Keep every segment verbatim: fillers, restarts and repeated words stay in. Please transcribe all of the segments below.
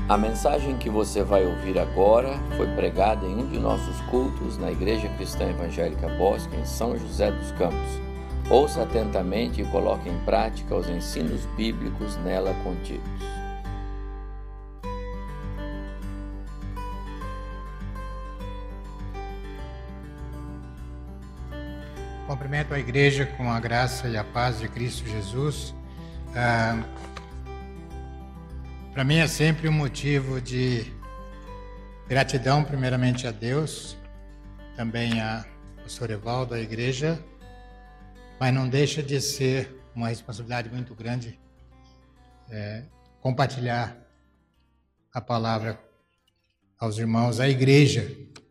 A mensagem que você vai ouvir agora foi pregada em um de nossos cultos na Igreja Cristã Evangélica Bosque, em São José dos Campos. Ouça atentamente e coloque em prática os ensinos bíblicos nela contidos. Cumprimento a igreja com a graça e a paz de Cristo Jesus. Ah, Para mim é sempre um motivo de gratidão, primeiramente a Deus, também a pastor Evaldo, a igreja, mas não deixa de ser uma responsabilidade muito grande é, compartilhar a palavra aos irmãos, à igreja,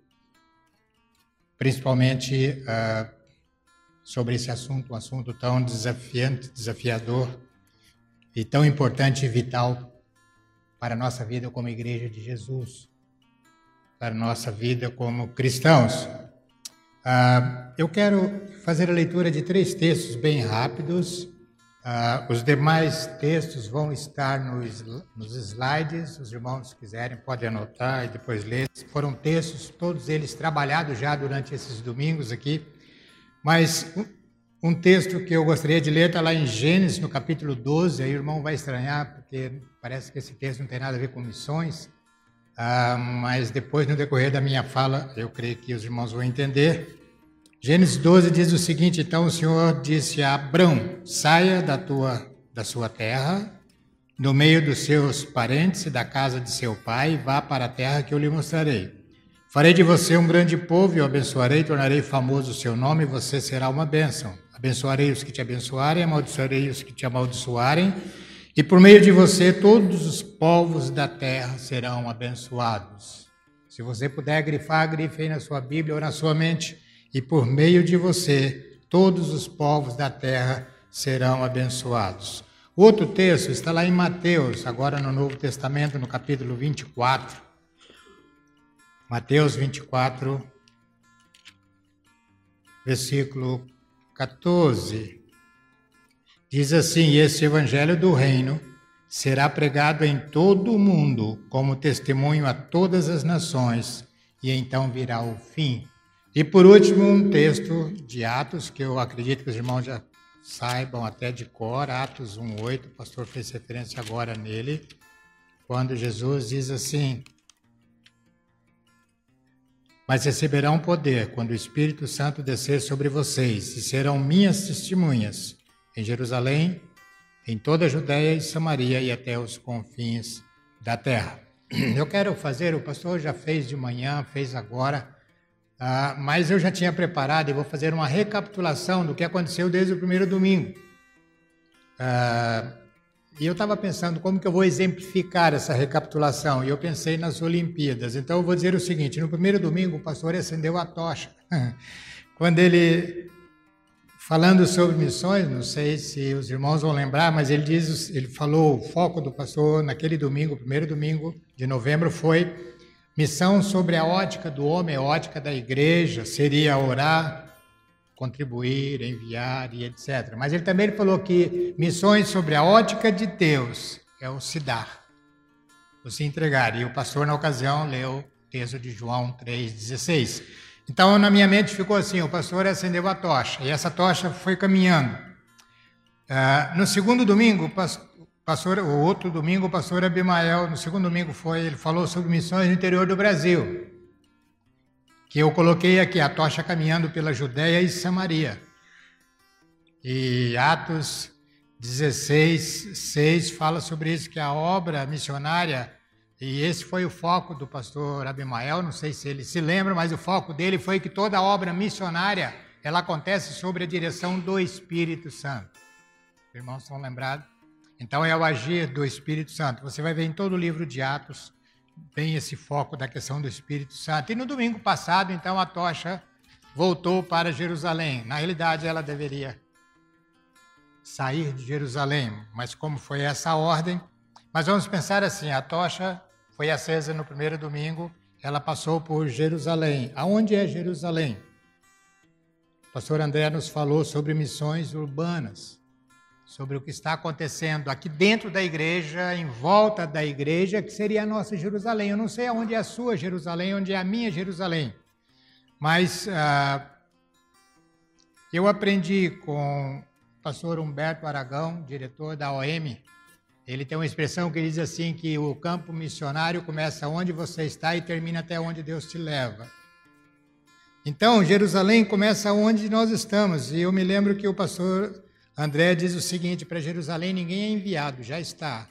principalmente ah, sobre esse assunto, um assunto tão desafiante, desafiador e tão importante e vital para a nossa vida como Igreja de Jesus, para a nossa vida como cristãos. Ah, eu quero fazer a leitura de três textos bem rápidos. Ah, os demais textos vão estar nos, nos slides, os irmãos se quiserem podem anotar e depois ler. Foram textos, todos eles trabalhados já durante esses domingos aqui, mas um texto que eu gostaria de ler está lá em Gênesis, no capítulo doze, aí o irmão vai estranhar, porque parece que esse texto não tem nada a ver com missões, ah, mas depois, no decorrer da minha fala, eu creio que os irmãos vão entender. Gênesis doze diz o seguinte: então o Senhor disse a Abrão, saia da, tua, da sua terra, no meio dos seus parentes e da casa de seu pai, e vá para a terra que eu lhe mostrarei. Farei de você um grande povo e o abençoarei, tornarei famoso o seu nome e você será uma bênção. Abençoarei os que te abençoarem, amaldiçoarei os que te amaldiçoarem, e por meio de você todos os povos da terra serão abençoados. Se você puder grifar, grife aí na sua Bíblia ou na sua mente, e por meio de você todos os povos da terra serão abençoados. O outro texto está lá em Mateus, agora no Novo Testamento, no capítulo vinte e quatro. Mateus vinte e quatro, versículo quatorze, diz assim: esse evangelho do reino será pregado em todo o mundo como testemunho a todas as nações, e então virá o fim. E por último, um texto de Atos, que eu acredito que os irmãos já saibam até de cor, Atos um, oito, o pastor fez referência agora nele, quando Jesus diz assim: mas receberão poder quando o Espírito Santo descer sobre vocês, e serão minhas testemunhas em Jerusalém, em toda a Judéia e Samaria e até os confins da terra. Eu quero fazer, o pastor já fez de manhã, fez agora, uh, mas eu já tinha preparado e vou fazer uma recapitulação do que aconteceu desde o primeiro domingo. Uh, E eu estava pensando como que eu vou exemplificar essa recapitulação, e eu pensei nas Olimpíadas. Então eu vou dizer o seguinte: no primeiro domingo o pastor acendeu a tocha. Quando ele, falando sobre missões, não sei se os irmãos vão lembrar, mas ele diz, ele falou, o foco do pastor naquele domingo, o primeiro domingo de novembro, foi missão sobre a ótica do homem, a ótica da igreja, seria orar, contribuir, enviar e etcétera. Mas ele também falou que missões sobre a ótica de Deus é o se dar, o se entregar. E o pastor, na ocasião, leu o texto de João três, dezesseis. Então, na minha mente ficou assim: o pastor acendeu a tocha, e essa tocha foi caminhando. Uh, no segundo domingo, pastor, o outro domingo, o pastor Abimael, no segundo domingo foi, ele falou sobre missões no interior do Brasil, que eu coloquei aqui, a tocha caminhando pela Judéia e Samaria. E Atos dezesseis, seis fala sobre isso, que a obra missionária, e esse foi o foco do pastor Abimael, não sei se ele se lembra, mas o foco dele foi que toda obra missionária, ela acontece sob a direção do Espírito Santo. Os irmãos estão lembrados? Então é o agir do Espírito Santo. Você vai ver em todo o livro de Atos, bem esse foco da questão do Espírito Santo. E no domingo passado, então, a tocha voltou para Jerusalém. Na realidade, ela deveria sair de Jerusalém, mas como foi essa ordem, mas vamos pensar assim: a tocha foi acesa no primeiro domingo, ela passou por Jerusalém. Aonde é Jerusalém? O pastor André nos falou sobre missões urbanas, sobre o que está acontecendo aqui dentro da igreja, em volta da igreja, que seria a nossa Jerusalém. Eu não sei onde é a sua Jerusalém, onde é a minha Jerusalém, mas ah, eu aprendi com o pastor Humberto Aragão, diretor da O M. Ele tem uma expressão que diz assim, que o campo missionário começa onde você está e termina até onde Deus te leva. Então, Jerusalém começa onde nós estamos. E eu me lembro que o pastor André diz o seguinte, para Jerusalém ninguém é enviado, já está.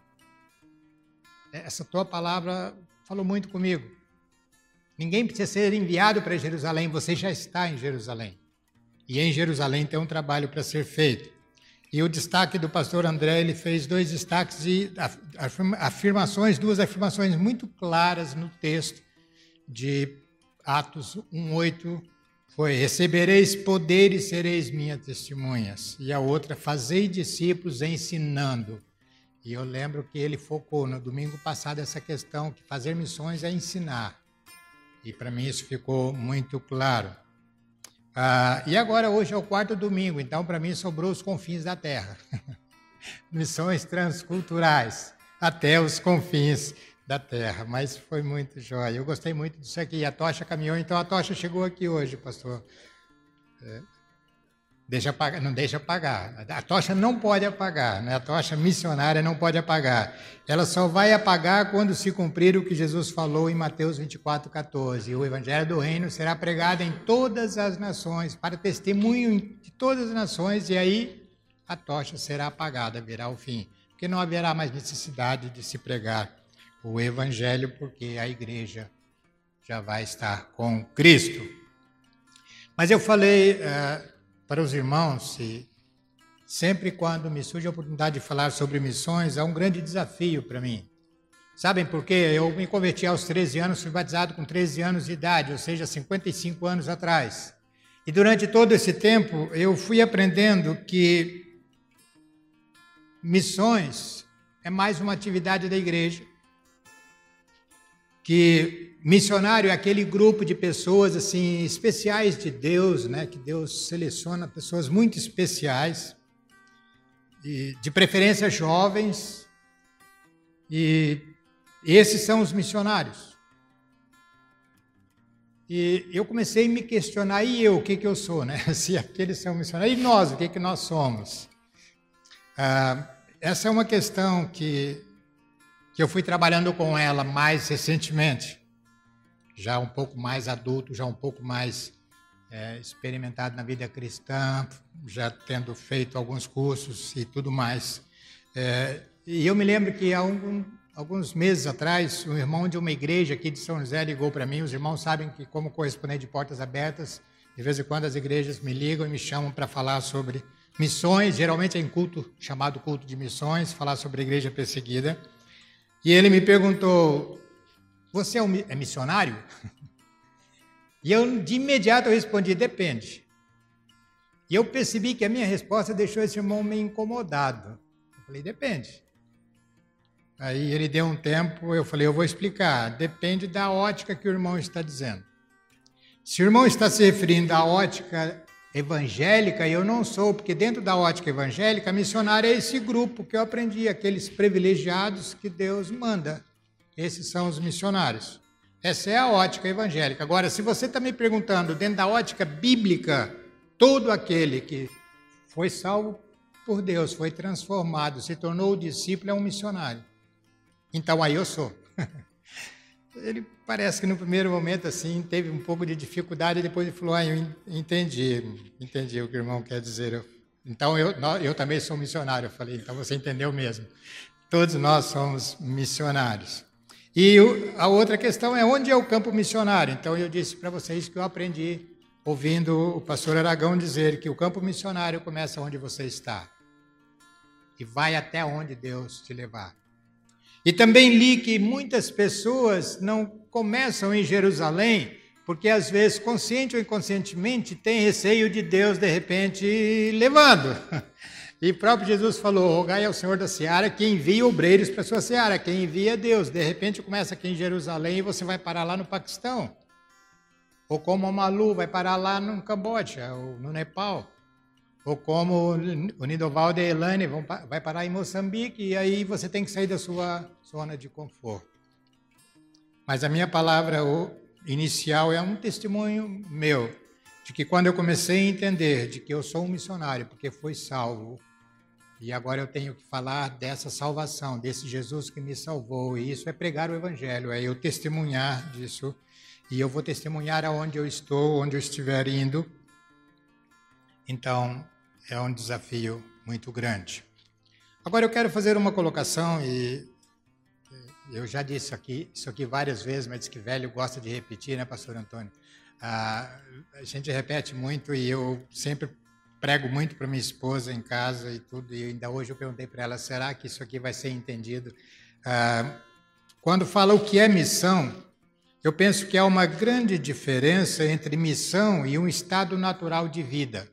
Essa tua palavra falou muito comigo. Ninguém precisa ser enviado para Jerusalém, você já está em Jerusalém. E em Jerusalém tem um trabalho para ser feito. E o destaque do pastor André, ele fez dois destaques de afirmações, duas afirmações muito claras no texto de Atos um, oito, foi: recebereis poder e sereis minhas testemunhas. E a outra, fazei discípulos ensinando. E eu lembro que ele focou no domingo passado essa questão, que fazer missões é ensinar. E para mim isso ficou muito claro. Ah, e agora, hoje é o quarto domingo, então para mim sobrou os confins da terra. Missões transculturais, até os confins da terra, mas foi muito jóia. Eu gostei muito disso aqui. A tocha caminhou, então a tocha chegou aqui hoje, pastor. É, deixa apagar, não deixa apagar. A tocha não pode apagar, né? A tocha missionária não pode apagar. Ela só vai apagar quando se cumprir o que Jesus falou em Mateus vinte e quatro, quatorze. O evangelho do reino será pregado em todas as nações, para testemunho de todas as nações, e aí a tocha será apagada, virá o fim. Porque não haverá mais necessidade de se pregar o evangelho, porque a igreja já vai estar com Cristo. Mas eu falei uh, para os irmãos, se sempre quando me surge a oportunidade de falar sobre missões, é um grande desafio para mim. Sabem por quê? Eu me converti aos treze anos, fui batizado com treze anos de idade, ou seja, cinquenta e cinco anos atrás. E durante todo esse tempo, eu fui aprendendo que missões é mais uma atividade da igreja, que missionário é aquele grupo de pessoas assim especiais de Deus, né? Que Deus seleciona pessoas muito especiais, e de preferência jovens, e esses são os missionários. E eu comecei a me questionar, e eu, o que que eu sou, né? Se aqueles são missionários, e nós, o que que nós somos? Ah, essa é uma questão que que eu fui trabalhando com ela mais recentemente, já um pouco mais adulto, já um pouco mais é, experimentado na vida cristã, já tendo feito alguns cursos e tudo mais. É, e eu me lembro que há um, alguns meses atrás, um irmão de uma igreja aqui de São José ligou para mim. Os irmãos sabem que, como correspondente de Portas Abertas, de vez em quando as igrejas me ligam e me chamam para falar sobre missões, geralmente é em culto, chamado culto de missões, falar sobre a igreja perseguida. E ele me perguntou, você é, um, é missionário? E eu, de imediato, eu respondi, depende. E eu percebi que a minha resposta deixou esse irmão meio incomodado. Eu falei, depende. Aí ele deu um tempo, eu falei, eu vou explicar. Depende da ótica que o irmão está dizendo. Se o irmão está se referindo à ótica evangélica, eu não sou, porque dentro da ótica evangélica, missionário é esse grupo que eu aprendi, aqueles privilegiados que Deus manda. Esses são os missionários. Essa é a ótica evangélica. Agora, se você está me perguntando, dentro da ótica bíblica, todo aquele que foi salvo por Deus, foi transformado, se tornou discípulo, é um missionário. Então, aí eu sou. Ele parece que no primeiro momento assim teve um pouco de dificuldade, e depois ele falou, ah, eu entendi, entendi o que o irmão quer dizer. Eu, então eu, eu também sou missionário. Eu falei, então você entendeu mesmo. Todos nós somos missionários. E o, a outra questão é onde é o campo missionário. Então eu disse para vocês que eu aprendi ouvindo o pastor Aragão dizer que o campo missionário começa onde você está e vai até onde Deus te levar. E também li que muitas pessoas não começam em Jerusalém, porque às vezes, consciente ou inconscientemente, tem receio de Deus, de repente, levando. E o próprio Jesus falou, rogai ao Senhor da seara que envia obreiros para a sua seara, quem envia é Deus. De repente começa aqui em Jerusalém e você vai parar lá no Paquistão. Ou como a Malu vai parar lá no Camboja, ou no Nepal. ou como o Nidovaldo e a Elaine vão, vai parar em Moçambique e aí você tem que sair da sua zona de conforto. Mas a minha palavra inicial é um testemunho meu, de que quando eu comecei a entender de que eu sou um missionário, porque fui salvo, e agora eu tenho que falar dessa salvação, desse Jesus que me salvou, e isso é pregar o Evangelho, é eu testemunhar disso, e eu vou testemunhar aonde eu estou, onde eu estiver indo. Então, é um desafio muito grande. Agora eu quero fazer uma colocação, e eu já disse aqui, isso aqui várias vezes, mas diz que velho gosta de repetir, né, pastor Antônio? Ah, a gente repete muito e eu sempre prego muito para minha esposa em casa e tudo, e ainda hoje eu perguntei para ela, será que isso aqui vai ser entendido? Ah, quando fala o que é missão, eu penso que há uma grande diferença entre missão e um estado natural de vida.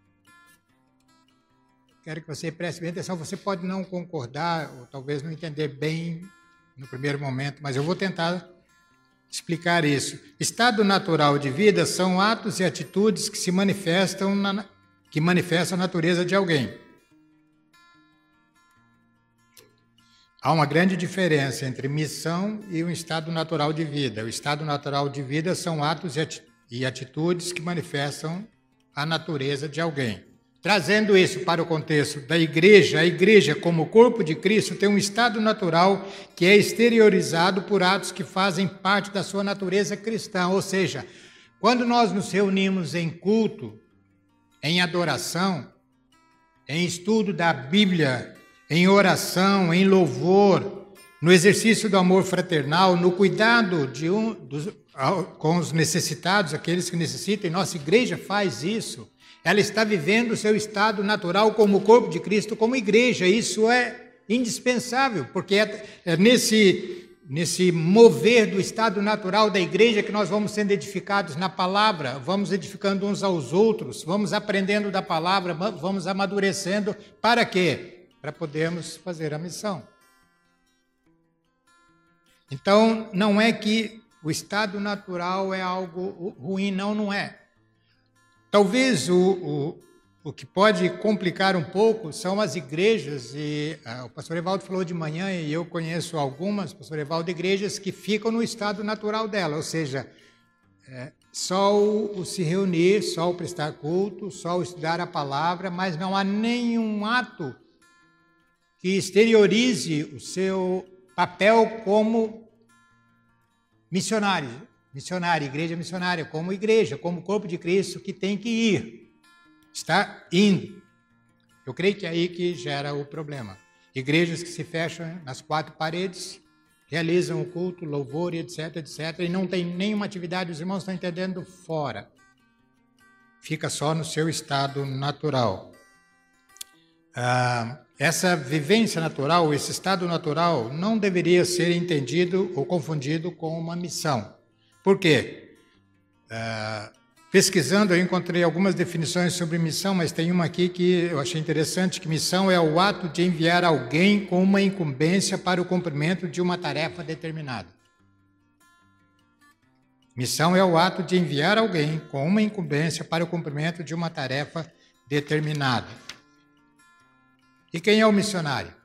Quero que você preste bem atenção, você pode não concordar, ou talvez não entender bem no primeiro momento, mas eu vou tentar explicar isso. Estado natural de vida são atos e atitudes que se manifestam, na, que manifestam a natureza de alguém. Há uma grande diferença entre missão e um estado natural de vida. O estado natural de vida são atos e atitudes que manifestam a natureza de alguém. Trazendo isso para o contexto da igreja, a igreja, como corpo de Cristo, tem um estado natural que é exteriorizado por atos que fazem parte da sua natureza cristã. Ou seja, quando nós nos reunimos em culto, em adoração, em estudo da Bíblia, em oração, em louvor, no exercício do amor fraternal, no cuidado de um, dos, com os necessitados, aqueles que necessitam, e nossa igreja faz isso. Ela está vivendo o seu estado natural como corpo de Cristo, como igreja. Isso é indispensável, porque é, é nesse, nesse mover do estado natural da igreja que nós vamos sendo edificados na palavra, vamos edificando uns aos outros, vamos aprendendo da palavra, vamos amadurecendo. Para quê? Para podermos fazer a missão. Então, não é que o estado natural é algo ruim, não, não é. Talvez o, o, o que pode complicar um pouco são as igrejas, e ah, o pastor Evaldo falou de manhã, e eu conheço algumas, pastor Evaldo, igrejas que ficam no estado natural dela, ou seja, é, só o, o se reunir, só o prestar culto, só o estudar a palavra, mas não há nenhum ato que exteriorize o seu papel como missionário. Missionária, igreja missionária, como igreja, como corpo de Cristo que tem que ir, está indo. Eu creio que é aí que gera o problema. Igrejas que se fecham nas quatro paredes, realizam o culto, louvor, etc, etc, e não tem nenhuma atividade, os irmãos estão entendendo, fora. Fica só no seu estado natural. Ah, essa vivência natural, esse estado natural, não deveria ser entendido ou confundido com uma missão. Por quê? Uh, pesquisando, eu encontrei algumas definições sobre missão, mas tem uma aqui que eu achei interessante, que missão é o ato de enviar alguém com uma incumbência para o cumprimento de uma tarefa determinada. Missão é o ato de enviar alguém com uma incumbência para o cumprimento de uma tarefa determinada. E quem é o missionário?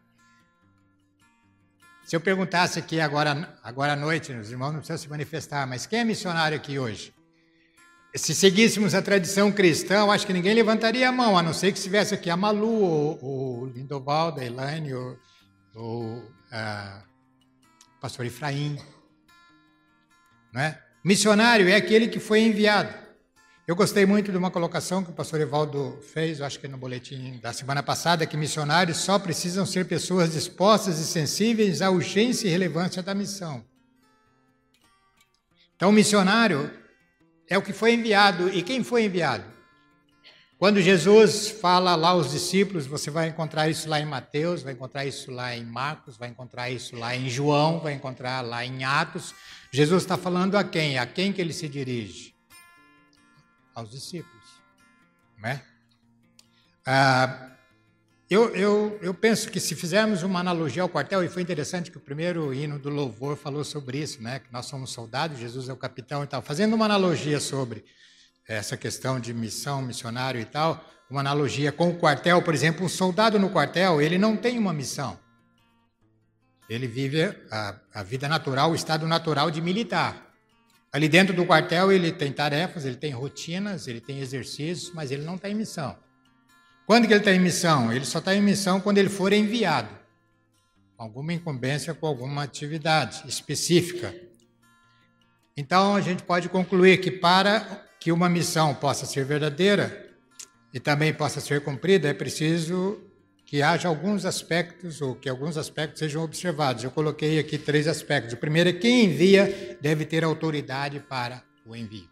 Se eu perguntasse aqui agora, agora à noite, os irmãos não precisam se manifestar, mas quem é missionário aqui hoje? Se seguíssemos a tradição cristã, eu acho que ninguém levantaria a mão, a não ser que estivesse aqui a Malu, o, o Lindovaldo, a Elaine, o, o a, pastor Efraim. Não é? Missionário é aquele que foi enviado. Eu gostei muito de uma colocação que o pastor Evaldo fez, eu acho que no boletim da semana passada, que missionários só precisam ser pessoas dispostas e sensíveis à urgência e relevância da missão. Então, o missionário é o que foi enviado. E quem foi enviado? Quando Jesus fala lá aos discípulos, você vai encontrar isso lá em Mateus, vai encontrar isso lá em Marcos, vai encontrar isso lá em João, vai encontrar lá em Atos. Jesus está falando a quem? A quem que ele se dirige? Aos discípulos, não é? Ah, eu, eu, eu penso que se fizermos uma analogia ao quartel, e foi interessante que o primeiro hino do louvor falou sobre isso, né? Que nós somos soldados, Jesus é o capitão e tal. Fazendo uma analogia sobre essa questão de missão, missionário e tal, uma analogia com o quartel, por exemplo, um soldado no quartel, ele não tem uma missão. Ele vive a, a vida natural, o estado natural de militar. Ali dentro do quartel ele tem tarefas, ele tem rotinas, ele tem exercícios, mas ele não está em missão. Quando que ele está em missão? Ele só está em missão quando ele for enviado. Com alguma incumbência, com alguma atividade específica. Então, a gente pode concluir que para que uma missão possa ser verdadeira e também possa ser cumprida, é preciso que haja alguns aspectos, ou que alguns aspectos sejam observados. Eu coloquei aqui três aspectos. O primeiro é quem envia deve ter autoridade para o envio.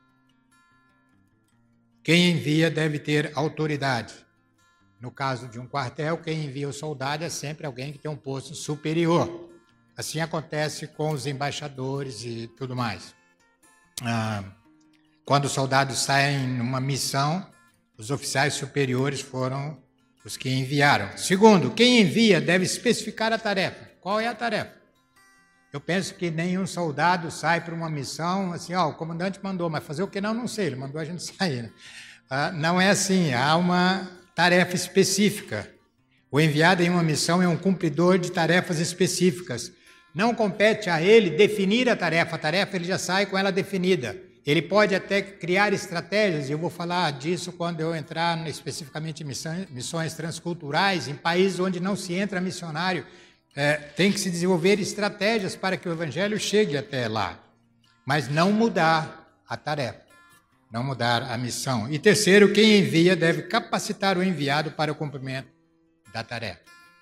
Quem envia deve ter autoridade. No caso de um quartel, quem envia o soldado é sempre alguém que tem um posto superior. Assim acontece com os embaixadores e tudo mais. Ah, quando os soldados saem numa missão, os oficiais superiores foram os que enviaram. Segundo, quem envia deve especificar a tarefa. Qual é a tarefa? Eu penso que nenhum soldado sai para uma missão assim, ó, o comandante mandou, mas fazer o que não, não sei, ele mandou a gente sair. Né? Ah, não é assim, há uma tarefa específica. O enviado em uma missão é um cumpridor de tarefas específicas. Não compete a ele definir a tarefa, a tarefa ele já sai com ela definida. Ele pode até criar estratégias, e eu vou falar disso quando eu entrar especificamente em missões, missões transculturais, em países onde não se entra missionário, é, tem que se desenvolver estratégias para que o evangelho chegue até lá, mas não mudar a tarefa, não mudar a missão. E terceiro, quem envia deve capacitar o enviado para o cumprimento da tarefa.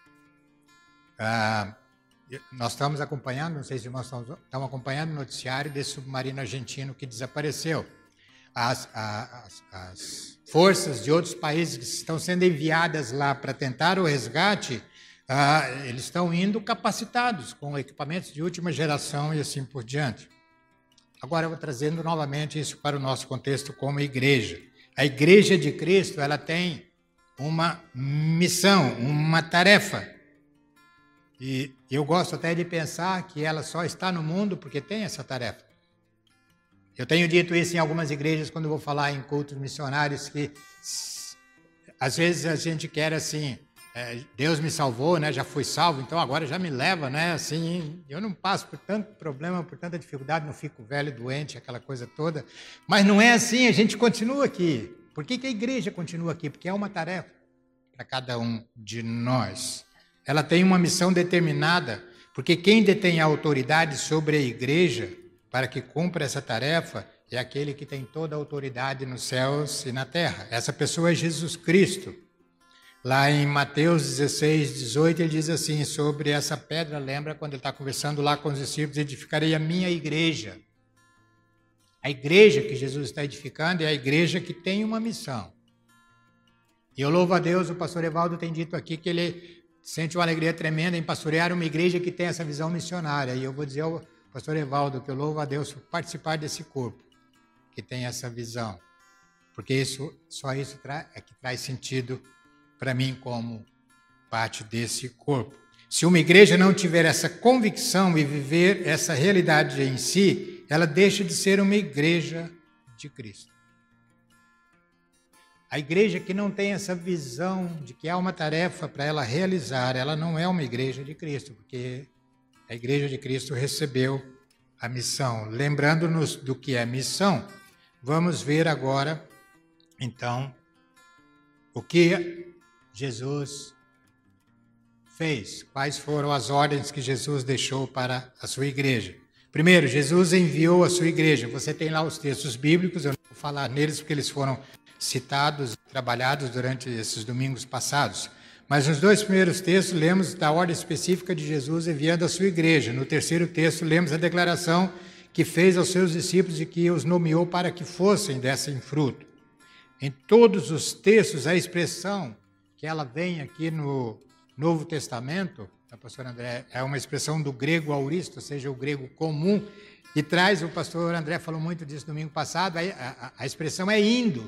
Ah, Nós estamos acompanhando, não sei se nós estamos, estamos acompanhando o noticiário desse submarino argentino que desapareceu. As, as, as forças de outros países que estão sendo enviadas lá para tentar o resgate, ah, eles estão indo capacitados com equipamentos de última geração e assim por diante. Agora eu vou trazendo novamente isso para o nosso contexto como igreja. A igreja de Cristo, ela tem uma missão, uma tarefa. E eu gosto até de pensar que ela só está no mundo porque tem essa tarefa. Eu tenho dito isso em algumas igrejas quando vou falar em cultos missionários, que às vezes a gente quer assim, é, Deus me salvou, né? Já fui salvo, então agora já me leva, né? Assim, eu não passo por tanto problema, por tanta dificuldade, não fico velho, doente, aquela coisa toda. Mas não é assim, a gente continua aqui. Por que que a igreja continua aqui? Porque é uma tarefa para cada um de nós. Ela tem uma missão determinada, porque quem detém a autoridade sobre a igreja para que cumpra essa tarefa é aquele que tem toda a autoridade nos céus e na terra. Essa pessoa é Jesus Cristo. Lá em Mateus dezesseis, dezoito, ele diz assim, sobre essa pedra, lembra quando ele está conversando lá com os discípulos, edificarei a minha igreja. A igreja que Jesus está edificando é a igreja que tem uma missão. E eu louvo a Deus, o pastor Evaldo tem dito aqui que ele sente uma alegria tremenda em pastorear uma igreja que tem essa visão missionária. E eu vou dizer ao pastor Evaldo que eu louvo a Deus por participar desse corpo que tem essa visão. Porque isso, só isso é que traz sentido para mim como parte desse corpo. Se uma igreja não tiver essa convicção e viver essa realidade em si, ela deixa de ser uma igreja de Cristo. A igreja que não tem essa visão de que há uma tarefa para ela realizar, ela não é uma igreja de Cristo, porque a igreja de Cristo recebeu a missão. Lembrando-nos do que é missão, vamos ver agora, então, o que Jesus fez, quais foram as ordens que Jesus deixou para a sua igreja. Primeiro, Jesus enviou a sua igreja. Você tem lá os textos bíblicos, eu não vou falar neles porque eles foram citados, trabalhados durante esses domingos passados. Mas nos dois primeiros textos, lemos da ordem específica de Jesus enviando a sua igreja. No terceiro texto, lemos a declaração que fez aos seus discípulos e que os nomeou para que fossem dessem fruto. Em todos os textos, a expressão que ela vem aqui no Novo Testamento, a pastora André, é uma expressão do grego auristo, ou seja, o grego comum, e traz, o pastor André falou muito disso domingo passado, a, a, a expressão é indo.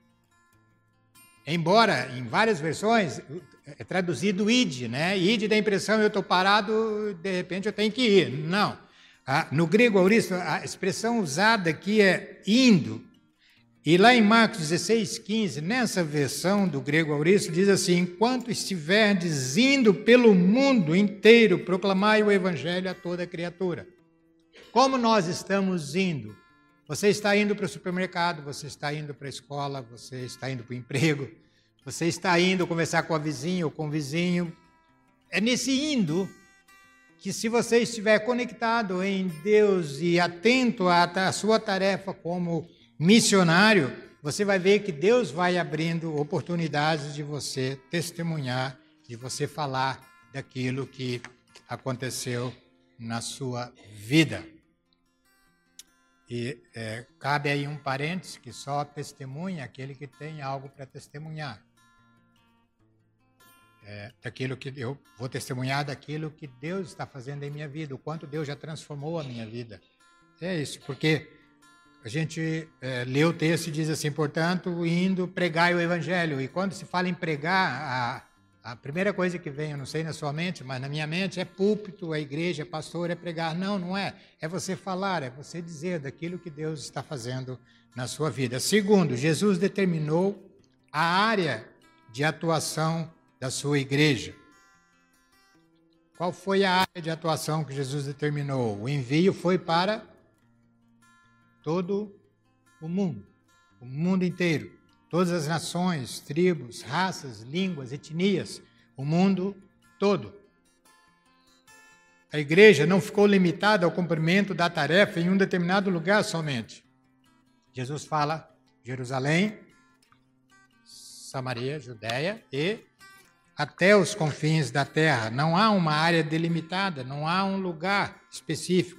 Embora, em várias versões, é traduzido id, né? Id dá a impressão, eu estou parado, de repente eu tenho que ir. Não. Ah, no grego auristo, a expressão usada aqui é indo. E lá em Marcos dezesseis, quinze, nessa versão do grego auristo, diz assim: enquanto estiverdes indo pelo mundo inteiro, proclamai o evangelho a toda criatura. Como nós estamos indo? Você está indo para o supermercado, você está indo para a escola, você está indo para o emprego, você está indo conversar com a vizinha ou com o vizinho. É nesse indo que, se você estiver conectado em Deus e atento à sua tarefa como missionário, você vai ver que Deus vai abrindo oportunidades de você testemunhar, de você falar daquilo que aconteceu na sua vida. E é, cabe aí um parênteses, que só testemunha aquele que tem algo para testemunhar. É, daquilo que eu vou testemunhar daquilo que Deus está fazendo em minha vida, o quanto Deus já transformou a minha vida. É isso, porque a gente é, lê o texto e diz assim: portanto, indo pregai o evangelho. E quando se fala em pregar, a, a primeira coisa que vem, eu não sei na sua mente, mas na minha mente, é púlpito, é igreja, é pastor, é pregar. Não, não é. É você falar, é você dizer daquilo que Deus está fazendo na sua vida. Segundo, Jesus determinou a área de atuação da sua igreja. Qual foi a área de atuação que Jesus determinou? O envio foi para todo o mundo, o mundo inteiro, todas as nações, tribos, raças, línguas, etnias, o mundo todo. A igreja não ficou limitada ao cumprimento da tarefa em um determinado lugar somente. Jesus fala Jerusalém, Samaria, Judéia e até os confins da terra. Não há uma área delimitada, não há um lugar específico.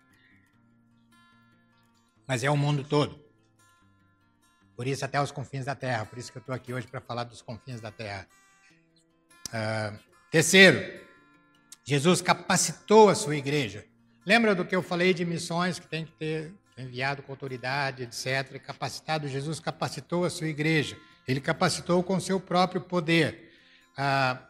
Mas é o mundo todo. Por isso, até os confins da terra. Por isso que eu estou aqui hoje para falar dos confins da terra. Uh, terceiro, Jesus capacitou a sua igreja. Lembra do que eu falei de missões que tem que ter enviado com autoridade, etcétera. E capacitado, Jesus capacitou a sua igreja. Ele capacitou com o seu próprio poder. Ah,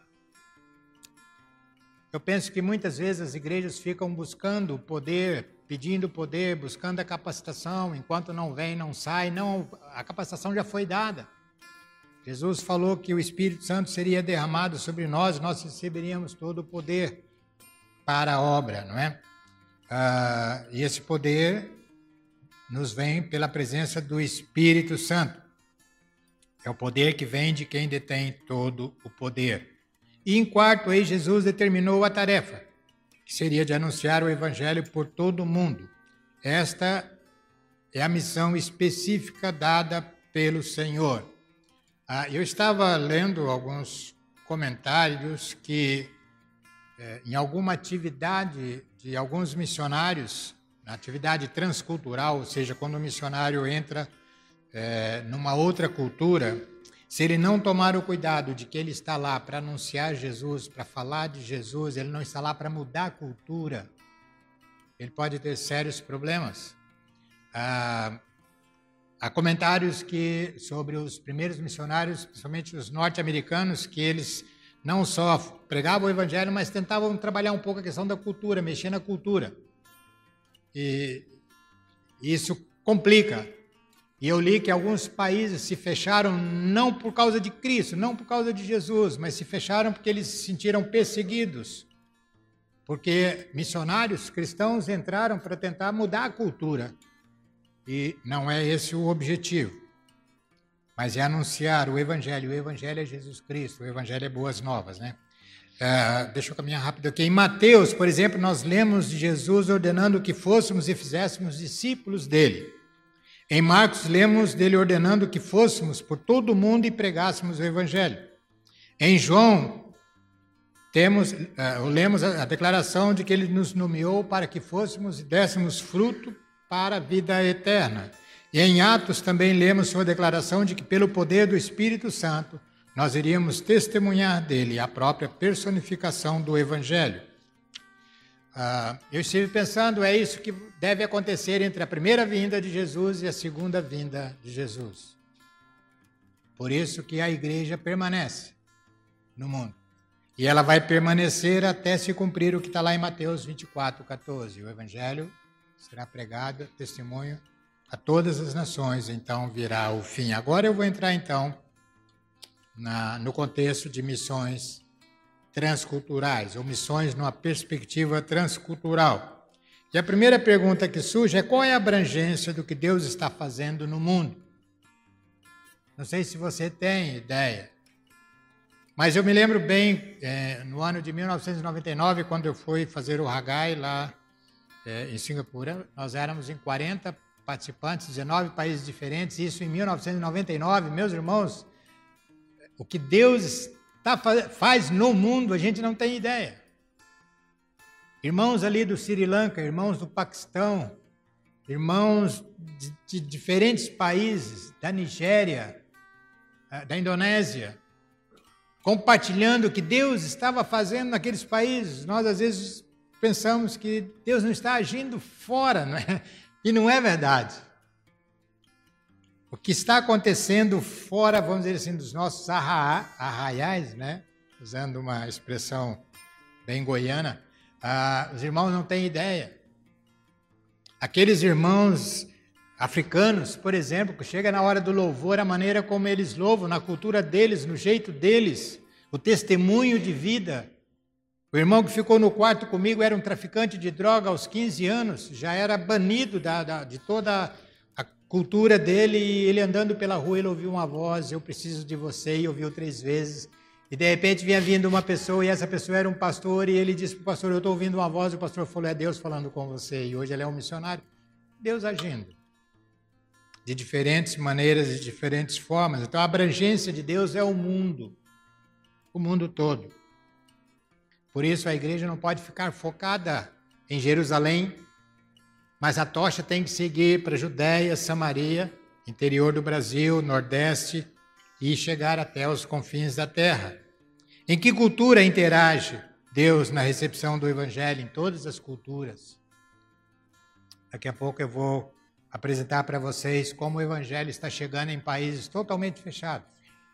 eu penso que muitas vezes as igrejas ficam buscando poder, pedindo poder, buscando a capacitação, enquanto não vem, não sai. Não, a capacitação já foi dada. Jesus falou que o Espírito Santo seria derramado sobre nós, nós receberíamos todo o poder para a obra, não é? Ah, e esse poder nos vem pela presença do Espírito Santo. É o poder que vem de quem detém todo o poder. E em quarto, aí Jesus determinou a tarefa, que seria de anunciar o evangelho por todo o mundo. Esta é a missão específica dada pelo Senhor. Ah, eu estava lendo alguns comentários que, eh, em alguma atividade de alguns missionários, na atividade transcultural, ou seja, quando o missionário entra É, numa outra cultura, se ele não tomar o cuidado de que ele está lá para anunciar Jesus, para falar de Jesus, ele não está lá para mudar a cultura, ele pode ter sérios problemas. Ah, há comentários que, sobre os primeiros missionários, principalmente os norte-americanos, que eles não só pregavam o evangelho, mas tentavam trabalhar um pouco a questão da cultura, mexer na cultura. E isso complica. E eu li que alguns países se fecharam não por causa de Cristo, não por causa de Jesus, mas se fecharam porque eles se sentiram perseguidos. Porque missionários cristãos entraram para tentar mudar a cultura. E não é esse o objetivo. Mas é anunciar o Evangelho. O Evangelho é Jesus Cristo, o Evangelho é boas novas, né? Uh, deixa eu caminhar rápido aqui. Em Mateus, por exemplo, nós lemos de Jesus ordenando que fôssemos e fizéssemos discípulos dele. Em Marcos, lemos dele ordenando que fôssemos por todo o mundo e pregássemos o Evangelho. Em João, temos, uh, lemos a, a declaração de que ele nos nomeou para que fôssemos e dessemos fruto para a vida eterna. E em Atos também lemos sua declaração de que pelo poder do Espírito Santo nós iríamos testemunhar dele, a própria personificação do Evangelho. Uh, eu estive pensando, é isso que deve acontecer entre a primeira vinda de Jesus e a segunda vinda de Jesus. Por isso que a igreja permanece no mundo. E ela vai permanecer até se cumprir o que está lá em Mateus vinte e quatro, quatorze. O Evangelho será pregado, testemunho a todas as nações, então virá o fim. Agora eu vou entrar, então, na, no contexto de missões transculturais, ou missões numa perspectiva transcultural. E a primeira pergunta que surge é: qual é a abrangência do que Deus está fazendo no mundo? Não sei se você tem ideia, mas eu me lembro bem, é, no ano de mil novecentos e noventa e nove, quando eu fui fazer o Haggai lá é, em Singapura, nós éramos em quarenta participantes, dezenove países diferentes, isso em mil novecentos e noventa e nove. Meus irmãos, o que Deus tá, faz no mundo, a gente não tem ideia. Irmãos ali do Sri Lanka, irmãos do Paquistão, irmãos de, de diferentes países, da Nigéria, da Indonésia, compartilhando o que Deus estava fazendo naqueles países. Nós, às vezes, pensamos que Deus não está agindo fora, não é? E não é verdade. O que está acontecendo fora, vamos dizer assim, dos nossos arraiais, né? Usando uma expressão bem goiana, ah, os irmãos não têm ideia. Aqueles irmãos africanos, por exemplo, que chega na hora do louvor, a maneira como eles louvam, na cultura deles, no jeito deles, o testemunho de vida. O irmão que ficou no quarto comigo era um traficante de droga aos quinze anos, já era banido da, da, de toda a cultura dele, e ele andando pela rua, ele ouviu uma voz: eu preciso de você, e ouviu três vezes. E de repente vinha vindo uma pessoa, e essa pessoa era um pastor, e ele disse para o pastor: eu estou ouvindo uma voz, e o pastor falou: é Deus falando com você. E hoje ele é um missionário. Deus agindo de diferentes maneiras, de diferentes formas. Então a abrangência de Deus é o mundo, o mundo todo. Por isso a igreja não pode ficar focada em Jerusalém, mas a tocha tem que seguir para a Judéia, Samaria, interior do Brasil, Nordeste, e chegar até os confins da terra. Em que cultura interage Deus na recepção do Evangelho? Em todas as culturas. Daqui a pouco eu vou apresentar para vocês como o Evangelho está chegando em países totalmente fechados.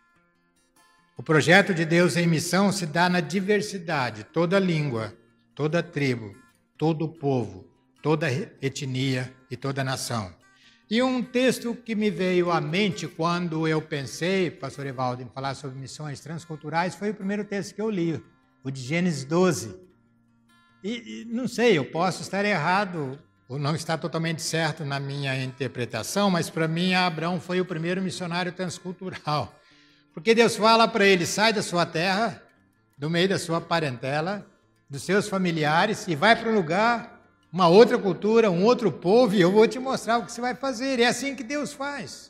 O projeto de Deus em missão se dá na diversidade, toda língua, toda tribo, todo povo, toda etnia e toda nação. E um texto que me veio à mente quando eu pensei, pastor Evaldo, em falar sobre missões transculturais, foi o primeiro texto que eu li, o de Gênesis doze. E, e não sei, eu posso estar errado, ou não está totalmente certo na minha interpretação, mas para mim Abraão foi o primeiro missionário transcultural. Porque Deus fala para ele: sai da sua terra, do meio da sua parentela, dos seus familiares, e vai para um lugar, uma outra cultura, um outro povo, e eu vou te mostrar o que você vai fazer. É assim que Deus faz.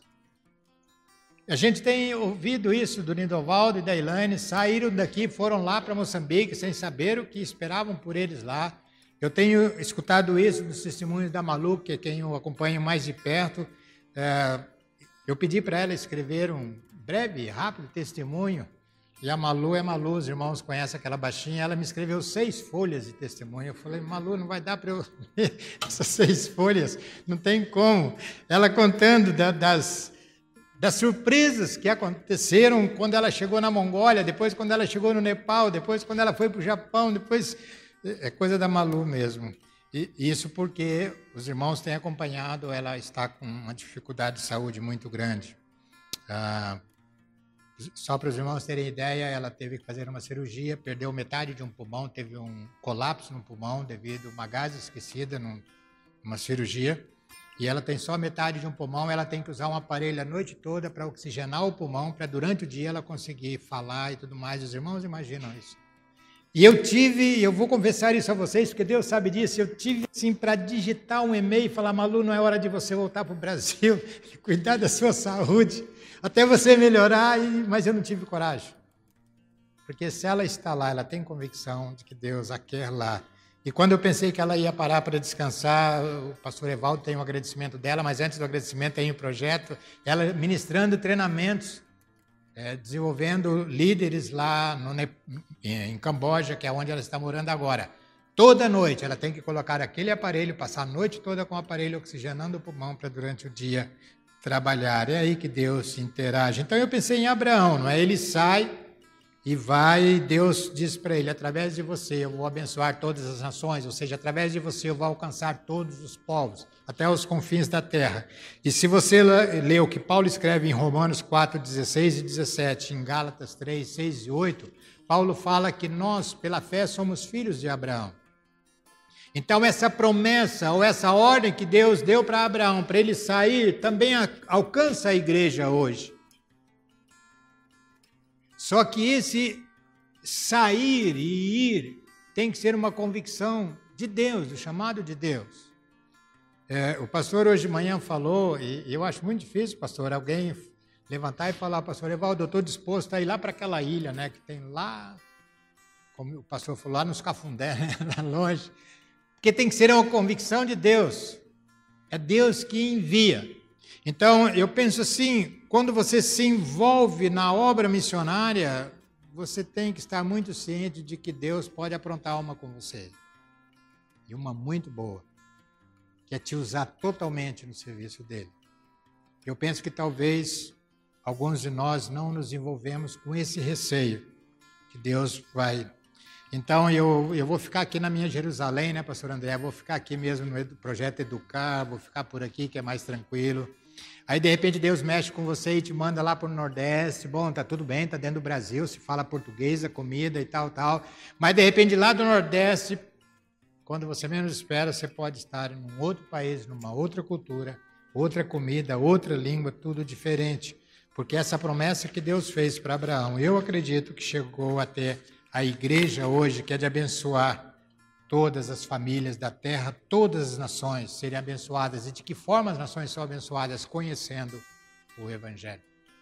A gente tem ouvido isso do Lindovaldo e da Elaine, saíram daqui, foram lá para Moçambique, sem saber o que esperavam por eles lá. Eu tenho escutado isso dos testemunhos da Malu, que é quem eu acompanho mais de perto. É, eu pedi para ela escrever um breve, rápido testemunho, e a Malu é Malu, os irmãos conhecem aquela baixinha, ela me escreveu seis folhas de testemunho. Eu falei: Malu, não vai dar para eu ler essas seis folhas, não tem como. Ela contando da, das, das surpresas que aconteceram quando ela chegou na Mongólia, depois quando ela chegou no Nepal, depois quando ela foi para o Japão, depois... É coisa da Malu mesmo. E isso porque os irmãos têm acompanhado, ela está com uma dificuldade de saúde muito grande. Ah, só para os irmãos terem ideia, ela teve que fazer uma cirurgia, perdeu metade de um pulmão, teve um colapso no pulmão devido a uma gás esquecida numa cirurgia, e ela tem só metade de um pulmão, ela tem que usar um aparelho a noite toda para oxigenar o pulmão, para durante o dia ela conseguir falar e tudo mais. Os irmãos imaginam isso. E eu tive, eu vou confessar isso a vocês, porque Deus sabe disso, eu tive assim para digitar um e-mail e falar: Malu, não é hora de você voltar para o Brasil, cuidar da sua saúde, até você melhorar, e, mas eu não tive coragem. Porque se ela está lá, ela tem convicção de que Deus a quer lá. E quando eu pensei que ela ia parar para descansar, o pastor Evaldo tem um agradecimento dela, mas antes do agradecimento tem um projeto, ela ministrando treinamentos, É, desenvolvendo líderes lá no, em Camboja, que é onde ela está morando agora. Toda noite ela tem que colocar aquele aparelho, passar a noite toda com o aparelho oxigenando o pulmão para durante o dia trabalhar. É aí que Deus interage. Então eu pensei em Abraão, não é? Ele sai e vai, Deus diz para ele, através de você eu vou abençoar todas as nações, ou seja, através de você eu vou alcançar todos os povos, até os confins da terra. E se você ler o que Paulo escreve em Romanos quatro, dezesseis e dezessete, em Gálatas três, seis e oito, Paulo fala que nós, pela fé, somos filhos de Abraão. Então essa promessa, ou essa ordem que Deus deu para Abraão, para ele sair, também alcança a igreja hoje. Só que esse sair e ir tem que ser uma convicção de Deus, do chamado de Deus. É, o pastor hoje de manhã falou, e eu acho muito difícil, pastor, alguém levantar e falar, pastor Evaldo, eu estou disposto a ir lá para aquela ilha, né, que tem lá, como o pastor falou, lá nos Cafundé, né, lá longe, porque tem que ser uma convicção de Deus, é Deus que envia. Então, eu penso assim, quando você se envolve na obra missionária, você tem que estar muito ciente de que Deus pode aprontar uma com você. E uma muito boa, que é te usar totalmente no serviço dele. Eu penso que talvez alguns de nós não nos envolvemos com esse receio, que Deus vai... Então, eu, eu vou ficar aqui na minha Jerusalém, né, pastor André? Eu vou ficar aqui mesmo no projeto Educar, vou ficar por aqui, que é mais tranquilo. Aí, de repente, Deus mexe com você e te manda lá para o Nordeste. Bom, tá tudo bem, tá dentro do Brasil, se fala português, a comida e tal, tal. Mas, de repente, lá do Nordeste, quando você menos espera, você pode estar em um outro país, numa outra cultura, outra comida, outra língua, tudo diferente. Porque essa promessa que Deus fez para Abraão, eu acredito que chegou até a igreja hoje, que é de abençoar todas as famílias da terra, todas as nações serem abençoadas. E de que forma as nações são abençoadas? Conhecendo o Evangelho,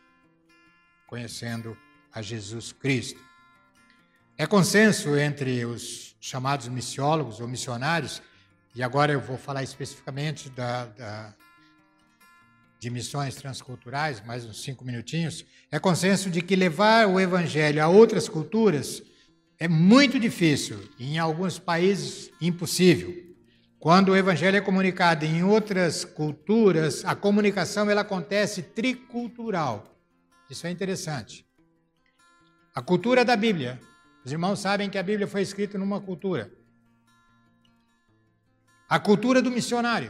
conhecendo a Jesus Cristo. É consenso entre os chamados missiólogos ou missionários, e agora eu vou falar especificamente da, da, de missões transculturais, mais uns cinco minutinhos, é consenso de que levar o Evangelho a outras culturas é muito difícil, em alguns países impossível. Quando o Evangelho é comunicado em outras culturas, a comunicação ela acontece tricultural. Isso é interessante. A cultura da Bíblia. Os irmãos sabem que a Bíblia foi escrita numa cultura. A cultura do missionário.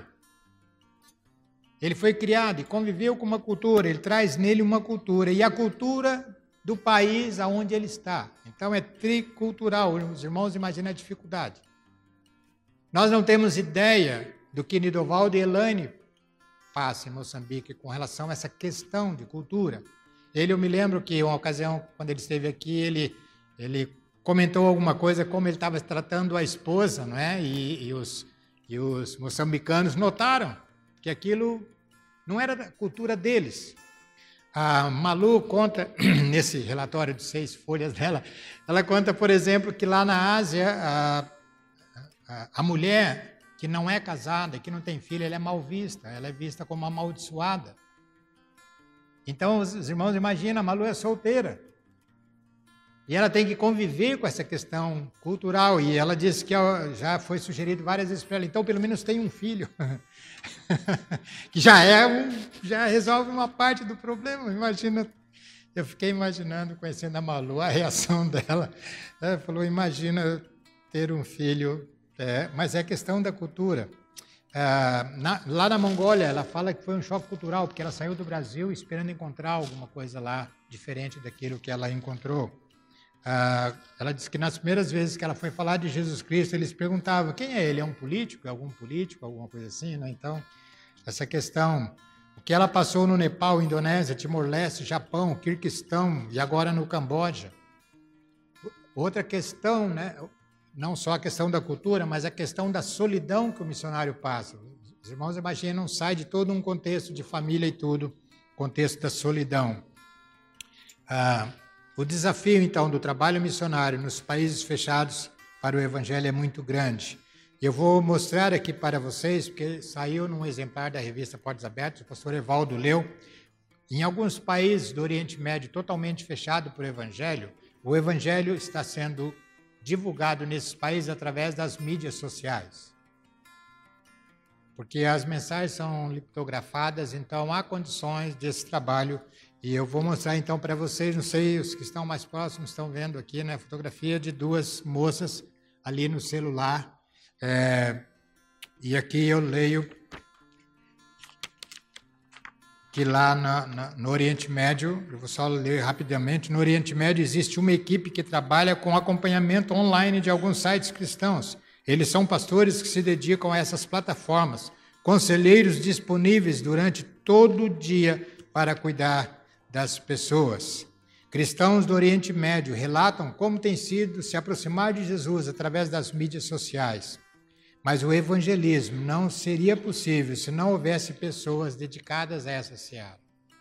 Ele foi criado e conviveu com uma cultura, ele traz nele uma cultura. E a cultura do país aonde ele está. Então é tricultural. Os irmãos imaginam a dificuldade. Nós não temos ideia do que Nidovaldo e Elaine passam em Moçambique com relação a essa questão de cultura. Ele, eu me lembro que uma ocasião, quando ele esteve aqui, ele, ele comentou alguma coisa, como ele estava tratando a esposa, não é? E, e, os, e os moçambicanos notaram que aquilo não era da cultura deles. A Malu conta, nesse relatório de seis folhas dela, ela conta, por exemplo, que lá na Ásia, a, a, a mulher que não é casada, que não tem filho, ela é mal vista, ela é vista como amaldiçoada. Então, os, os irmãos imaginam, a Malu é solteira. E ela tem que conviver com essa questão cultural. E ela disse que já foi sugerido várias vezes para ela, então pelo menos tem um filho. que já é um, já resolve uma parte do problema. Imagina, eu fiquei imaginando, conhecendo a Malu, a reação dela. Ela falou, imagina ter um filho, é, mas é questão da cultura. Ah, na, lá na Mongólia, ela fala que foi um choque cultural, porque ela saiu do Brasil esperando encontrar alguma coisa lá diferente daquilo que ela encontrou. Ah, ela disse que nas primeiras vezes que ela foi falar de Jesus Cristo, eles perguntavam, quem é ele? É um político? É algum político? Alguma coisa assim, né? Então, essa questão, o que ela passou no Nepal, Indonésia, Timor-Leste, Japão, Quirguistão e agora no Camboja. Outra questão, né? Não só a questão da cultura, mas a questão da solidão que o missionário passa. Os irmãos imaginam, sai de todo um contexto de família e tudo, contexto da solidão. Ah, O desafio, então, do trabalho missionário nos países fechados para o Evangelho é muito grande. Eu vou mostrar aqui para vocês, porque saiu num exemplar da revista Portas Abertas, o pastor Evaldo leu. Em alguns países do Oriente Médio totalmente fechado para o Evangelho, o Evangelho está sendo divulgado nesses países através das mídias sociais. Porque as mensagens são litografadas, então há condições desse trabalho E eu vou mostrar então para vocês, não sei, os que estão mais próximos estão vendo aqui, né, a fotografia de duas moças ali no celular. É, e aqui eu leio que lá na, na, no Oriente Médio, eu vou só ler rapidamente, no Oriente Médio existe uma equipe que trabalha com acompanhamento online de alguns sites cristãos. Eles são pastores que se dedicam a essas plataformas, conselheiros disponíveis durante todo o dia para cuidar das pessoas. Cristãos do Oriente Médio relatam como tem sido se aproximar de Jesus através das mídias sociais. Mas o evangelismo não seria possível se não houvesse pessoas dedicadas a essa seara.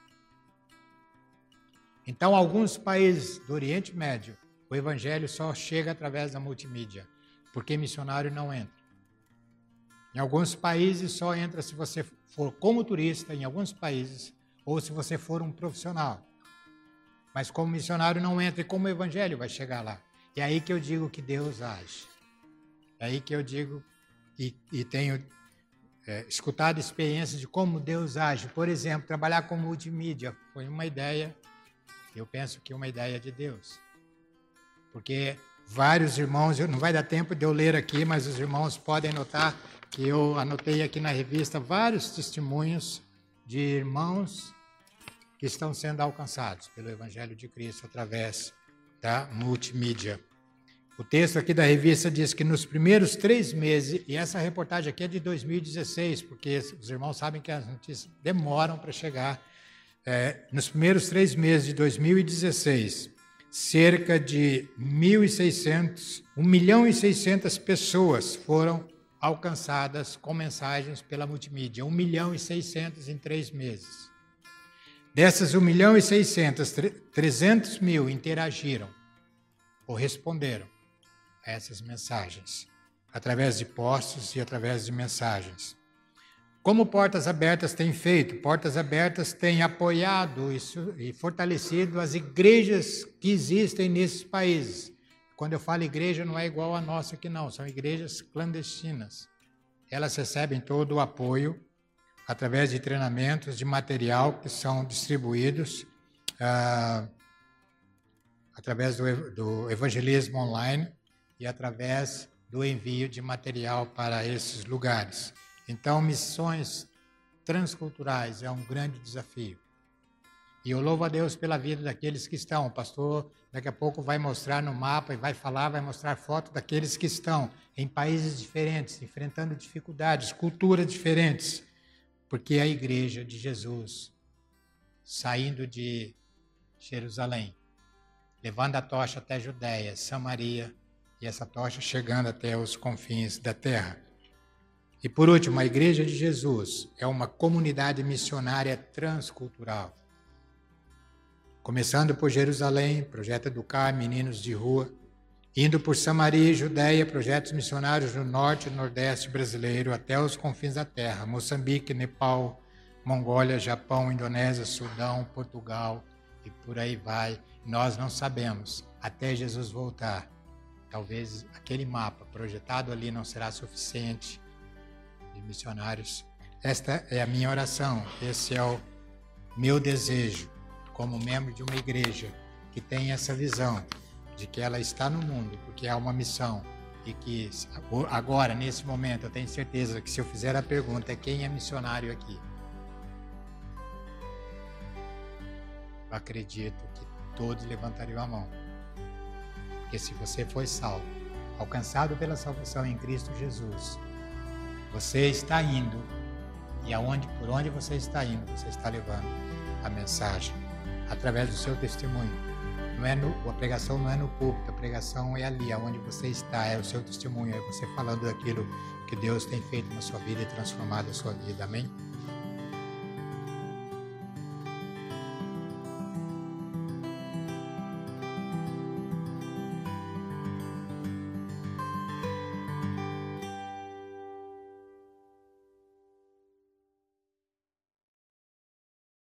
Então, alguns países do Oriente Médio, o evangelho só chega através da multimídia, porque missionário não entra. Em alguns países só entra se você for como turista, em alguns países, ou se você for um profissional. Mas como missionário não entra, e como o evangelho vai chegar lá? É aí que eu digo que Deus age. É aí que eu digo, e, e tenho é, escutado experiências de como Deus age. Por exemplo, trabalhar com multimídia foi uma ideia, eu penso que uma ideia de Deus. Porque vários irmãos, não vai dar tempo de eu ler aqui, mas os irmãos podem notar que eu anotei aqui na revista vários testemunhos de irmãos que estão sendo alcançados pelo Evangelho de Cristo através da multimídia. O texto aqui da revista diz que nos primeiros três meses, e essa reportagem aqui é de dois mil e dezesseis, porque os irmãos sabem que as notícias demoram para chegar. É, nos primeiros três meses de dois mil e dezesseis, cerca de mil e seiscentos, um milhão e seiscentas pessoas foram alcançadas com mensagens pela multimídia. um milhão e seiscentos em três meses. Dessas um milhão e seiscentos, trezentos mil interagiram ou responderam a essas mensagens, através de posts e através de mensagens. Como Portas Abertas tem feito? Portas Abertas tem apoiado isso e fortalecido as igrejas que existem nesses países. Quando eu falo igreja, não é igual a nossa aqui não, são igrejas clandestinas. Elas recebem todo o apoio através de treinamentos, de material que são distribuídos ah, através do, do evangelismo online e através do envio de material para esses lugares. Então, missões transculturais é um grande desafio. E eu louvo a Deus pela vida daqueles que estão. O pastor daqui a pouco vai mostrar no mapa e vai falar, vai mostrar foto daqueles que estão em países diferentes, enfrentando dificuldades, culturas diferentes. Porque a igreja de Jesus, saindo de Jerusalém, levando a tocha até Judéia, Samaria, e essa tocha chegando até os confins da terra. E por último, a igreja de Jesus é uma comunidade missionária transcultural. Começando por Jerusalém, projeto Educar Meninos de Rua, indo por Samaria e Judéia, projetos missionários no norte e nordeste brasileiro, até os confins da terra, Moçambique, Nepal, Mongólia, Japão, Indonésia, Sudão, Portugal, e por aí vai. Nós não sabemos, até Jesus voltar. Talvez aquele mapa projetado ali não será suficiente de missionários. Esta é a minha oração, esse é o meu desejo, como membro de uma igreja que tem essa visão de que ela está no mundo, porque há uma missão, e que agora, nesse momento, eu tenho certeza que se eu fizer a pergunta, quem é missionário aqui? Eu acredito que todos levantariam a mão. Porque se você foi salvo, alcançado pela salvação em Cristo Jesus, você está indo, e aonde, por onde você está indo, você está levando a mensagem, através do seu testemunho. Não é no, a pregação não é no púlpito, a pregação é ali, aonde você está, é o seu testemunho, é você falando daquilo que Deus tem feito na sua vida e transformado a sua vida, amém?